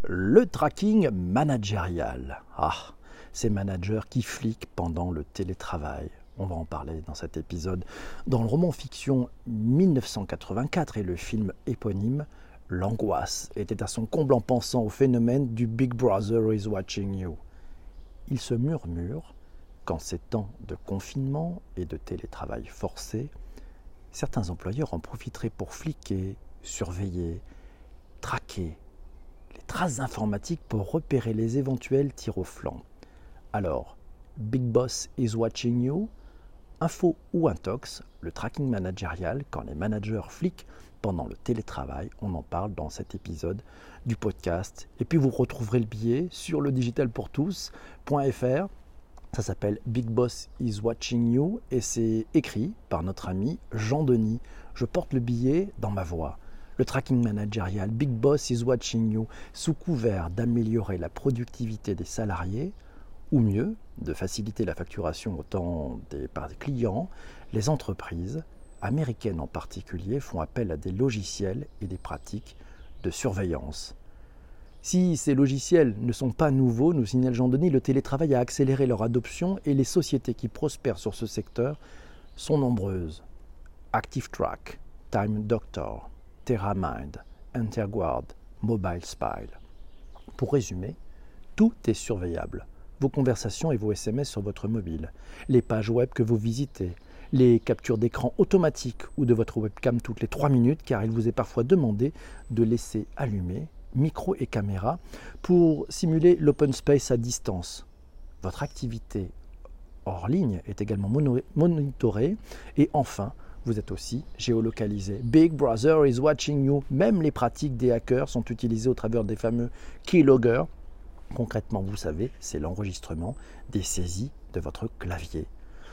le tracking managérial. Ces managers qui fliquent pendant le télétravail. On va en parler dans cet épisode. Dans le roman fiction 1984 et le film éponyme, l'angoisse était à son comble en pensant au phénomène du Big Brother is watching you. Il se murmure qu'en ces temps de confinement et de télétravail forcé, certains employeurs en profiteraient pour fliquer, surveiller, traquer les traces informatiques pour repérer les éventuels tirs au flanc. Alors, Big Boss is watching you, info ou intox, le tracking managérial quand les managers fliquent pendant le télétravail, on en parle dans cet épisode du podcast. Et puis vous retrouverez le billet sur le digitalpourtous.fr. Ça s'appelle Big Boss is watching you et c'est écrit par notre ami Jean Denis. Je porte le billet dans ma voix. Le tracking managérial Big Boss is watching you, sous couvert d'améliorer la productivité des salariés, ou mieux, de faciliter la facturation par des clients, les entreprises, américaines en particulier, font appel à des logiciels et des pratiques de surveillance. Si ces logiciels ne sont pas nouveaux, nous signale Jean Denis, le télétravail a accéléré leur adoption et les sociétés qui prospèrent sur ce secteur sont nombreuses. ActiveTrack, Time Doctor, TerraMind, EnterGuard, Mobile Spy. Pour résumer, tout est surveillable. Vos conversations et vos SMS sur votre mobile, les pages web que vous visitez, les captures d'écran automatiques ou de votre webcam toutes les 3 minutes, car il vous est parfois demandé de laisser allumer micro et caméra pour simuler l'open space à distance. Votre activité hors ligne est également monitorée et enfin, vous êtes aussi géolocalisé. Big Brother is watching you. Même les pratiques des hackers sont utilisées au travers des fameux keyloggers. Concrètement, vous savez, c'est l'enregistrement des saisies de votre clavier.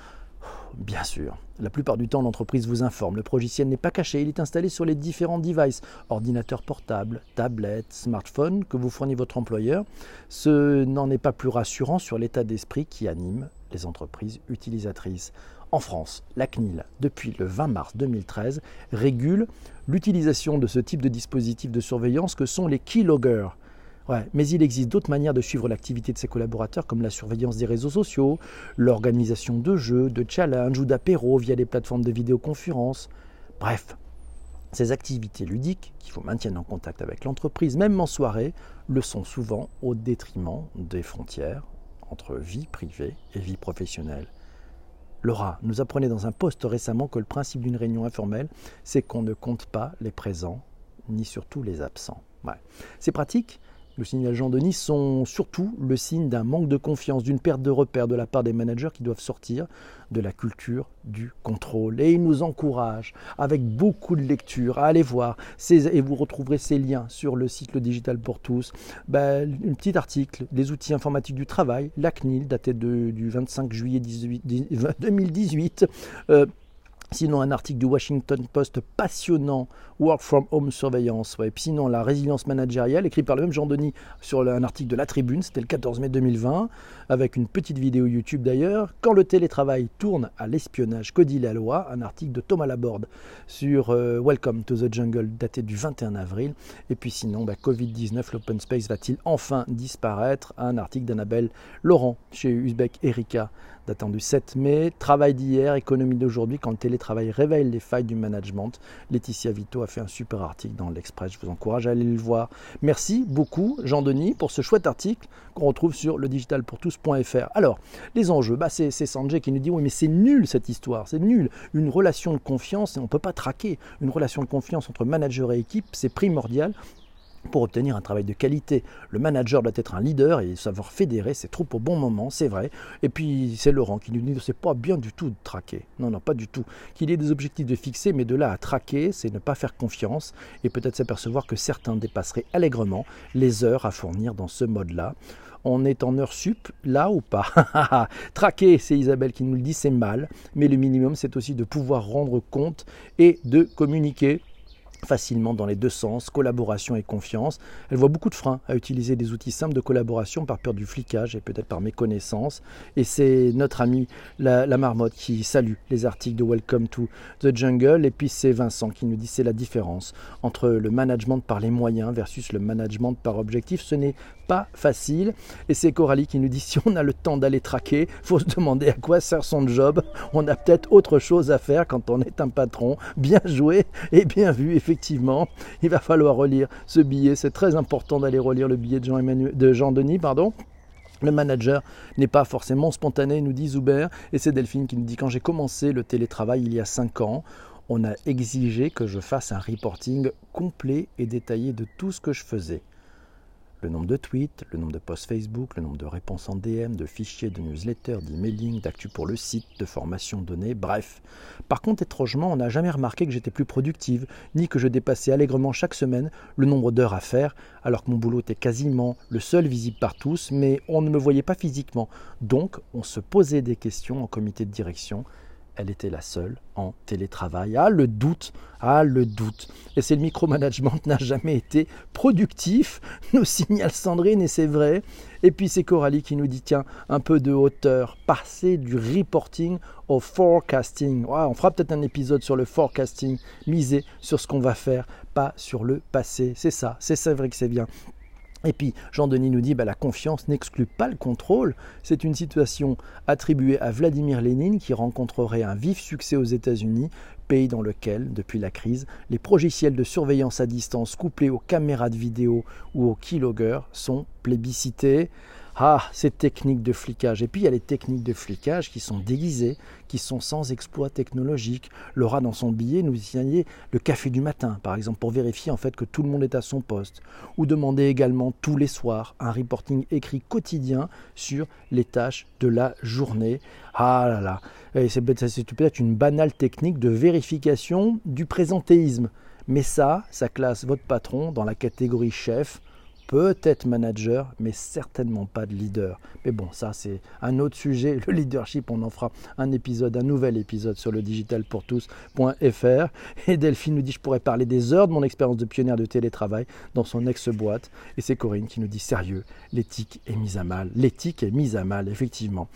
Bien sûr, la plupart du temps, l'entreprise vous informe. Le logiciel n'est pas caché, il est installé sur les différents devices, ordinateurs portables, tablettes, smartphones que vous fournit votre employeur. Ce n'en est pas plus rassurant sur l'état d'esprit qui anime les entreprises utilisatrices. En France, la CNIL, depuis le 20 mars 2013, régule l'utilisation de ce type de dispositifs de surveillance que sont les keyloggers. Mais il existe d'autres manières de suivre l'activité de ses collaborateurs comme la surveillance des réseaux sociaux, l'organisation de jeux, de challenges ou d'apéros via les plateformes de vidéoconférence. Bref, ces activités ludiques qui vous maintiennent en contact avec l'entreprise, même en soirée, le sont souvent au détriment des frontières entre vie privée et vie professionnelle. Laura nous apprenait dans un post récemment que le principe d'une réunion informelle, c'est qu'on ne compte pas les présents, ni surtout les absents. Ces pratiques, le signal Jean Denis, sont surtout le signe d'un manque de confiance, d'une perte de repères de la part des managers qui doivent sortir de la culture du contrôle. Et il nous encourage, avec beaucoup de lectures, à aller voir, et vous retrouverez ces liens sur le site Le Digital pour tous, un petit article, les outils informatiques du travail, la CNIL, daté du 25 juillet 2018, sinon, un article du Washington Post passionnant, Work from Home Surveillance. Et puis sinon, la résilience managériale, écrit par le même Jean Denis sur un article de La Tribune, c'était le 14 mai 2020, avec une petite vidéo YouTube d'ailleurs. Quand le télétravail tourne à l'espionnage, que dit la loi? Un article de Thomas Laborde sur Welcome to the Jungle, daté du 21 avril. Et puis sinon, Covid-19, l'open space va-t-il enfin disparaître? Un article d'Annabelle Laurent chez Uzbek Erika, datant du 7 mai. Travail d'hier, économie d'aujourd'hui, quand le télétravail révèle les failles du management. Laetitia Vito a fait un super article dans l'Express, je vous encourage à aller le voir. Merci beaucoup Jean Denis pour ce chouette article qu'on retrouve sur le digitalpourtous.fr. Alors, les enjeux, c'est Sanjay qui nous dit « Oui, mais c'est nul cette histoire, c'est nul. Une relation de confiance, et on ne peut pas traquer. Une relation de confiance entre manager et équipe, c'est primordial. » Pour obtenir un travail de qualité, le manager doit être un leader et savoir fédérer ses troupes au bon moment, c'est vrai. Et puis c'est Laurent qui nous dit que c'est pas bien du tout de traquer. Non, pas du tout. Qu'il y ait des objectifs de fixer, mais de là à traquer, c'est ne pas faire confiance et peut-être s'apercevoir que certains dépasseraient allègrement les heures à fournir dans ce mode-là. On est en heure sup, là ou pas? Traquer, c'est Isabelle qui nous le dit, c'est mal. Mais le minimum, c'est aussi de pouvoir rendre compte et de communiquer. facilement dans les deux sens, collaboration et confiance. Elle voit beaucoup de freins à utiliser des outils simples de collaboration par peur du flicage et peut-être par méconnaissance. Et c'est notre ami la marmotte qui salue les articles de Welcome to the Jungle. Et puis c'est Vincent qui nous dit c'est la différence entre le management par les moyens versus le management par objectif. Ce n'est pas facile. Et c'est Coralie qui nous dit si on a le temps d'aller traquer, il faut se demander à quoi sert son job. On a peut-être autre chose à faire quand on est un patron. Bien joué et bien vu. Effectivement, il va falloir relire ce billet. C'est très important d'aller relire le billet de Jean-Denis. Le manager n'est pas forcément spontané, nous dit Zuber. Et c'est Delphine qui nous dit quand j'ai commencé le télétravail il y a 5 ans, on a exigé que je fasse un reporting complet et détaillé de tout ce que je faisais. Le nombre de tweets, le nombre de posts Facebook, le nombre de réponses en DM, de fichiers, de newsletters, d'emailing, d'actu pour le site, de formation donnée, bref. Par contre, étrangement, on n'a jamais remarqué que j'étais plus productive, ni que je dépassais allègrement chaque semaine le nombre d'heures à faire, alors que mon boulot était quasiment le seul visible par tous, mais on ne me voyait pas physiquement. Donc, on se posait des questions en comité de direction. Elle était la seule en télétravail. Ah, le doute. Et c'est le micromanagement n'a jamais été productif, nous signale Sandrine, et c'est vrai. Et puis c'est Coralie qui nous dit, tiens, un peu de hauteur, passer du reporting au forecasting. On fera peut-être un épisode sur le forecasting, miser sur ce qu'on va faire, pas sur le passé. C'est ça, c'est vrai que c'est bien. Et puis Jean-Denis nous dit la confiance n'exclut pas le contrôle. C'est une situation attribuée à Vladimir Lénine qui rencontrerait un vif succès aux États-Unis, pays dans lequel, depuis la crise, les logiciels de surveillance à distance couplés aux caméras de vidéo ou aux keyloggers sont plébiscités. Ah, ces techniques de flicage. Et puis il y a les techniques de flicage qui sont déguisées, qui sont sans exploit technologique. Laura, dans son billet, nous signalait le café du matin, par exemple, pour vérifier en fait que tout le monde est à son poste. Ou demander également tous les soirs un reporting écrit quotidien sur les tâches de la journée. Ah là là, et c'est peut-être une banale technique de vérification du présentéisme. Mais ça classe votre patron dans la catégorie chef, peut-être manager, mais certainement pas de leader. Mais bon, ça c'est un autre sujet. Le leadership, on en fera un nouvel épisode sur le digitalpourtous.fr. Et Delphine nous dit, je pourrais parler des heures de mon expérience de pionnière de télétravail dans son ex-boîte. Et c'est Corinne qui nous dit, sérieux, l'éthique est mise à mal. L'éthique est mise à mal, effectivement.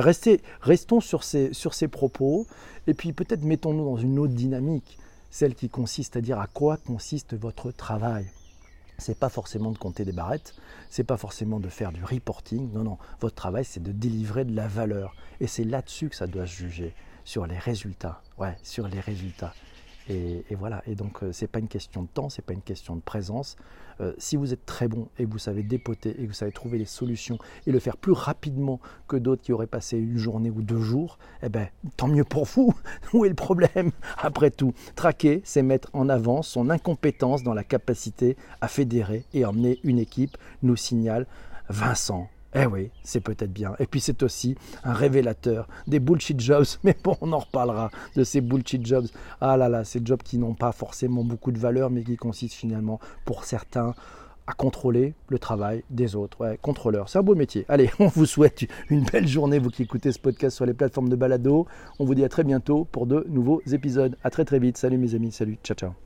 Restons sur ces propos. Et puis peut-être mettons-nous dans une autre dynamique, celle qui consiste à dire à quoi consiste votre travail. C'est pas forcément de compter des barrettes, c'est pas forcément de faire du reporting, non, votre travail c'est de délivrer de la valeur. Et c'est là-dessus que ça doit se juger, sur les résultats, sur les résultats. Et voilà, et donc c'est pas une question de temps, c'est pas une question de présence. Si vous êtes très bon et que vous savez dépoter et que vous savez trouver les solutions et le faire plus rapidement que d'autres qui auraient passé une journée ou 2 jours, tant mieux pour vous. Où est le problème? Après tout, traquer, c'est mettre en avant son incompétence dans la capacité à fédérer et emmener une équipe, nous signale Vincent. Oui, c'est peut-être bien. Et puis c'est aussi un révélateur des bullshit jobs. Mais bon, on en reparlera de ces bullshit jobs. Ah là là, ces jobs qui n'ont pas forcément beaucoup de valeur, mais qui consistent finalement, pour certains, à contrôler le travail des autres. Contrôleur, c'est un beau métier. Allez, on vous souhaite une belle journée, vous qui écoutez ce podcast sur les plateformes de balado. On vous dit à très bientôt pour de nouveaux épisodes. À très très vite. Salut mes amis, salut, ciao ciao.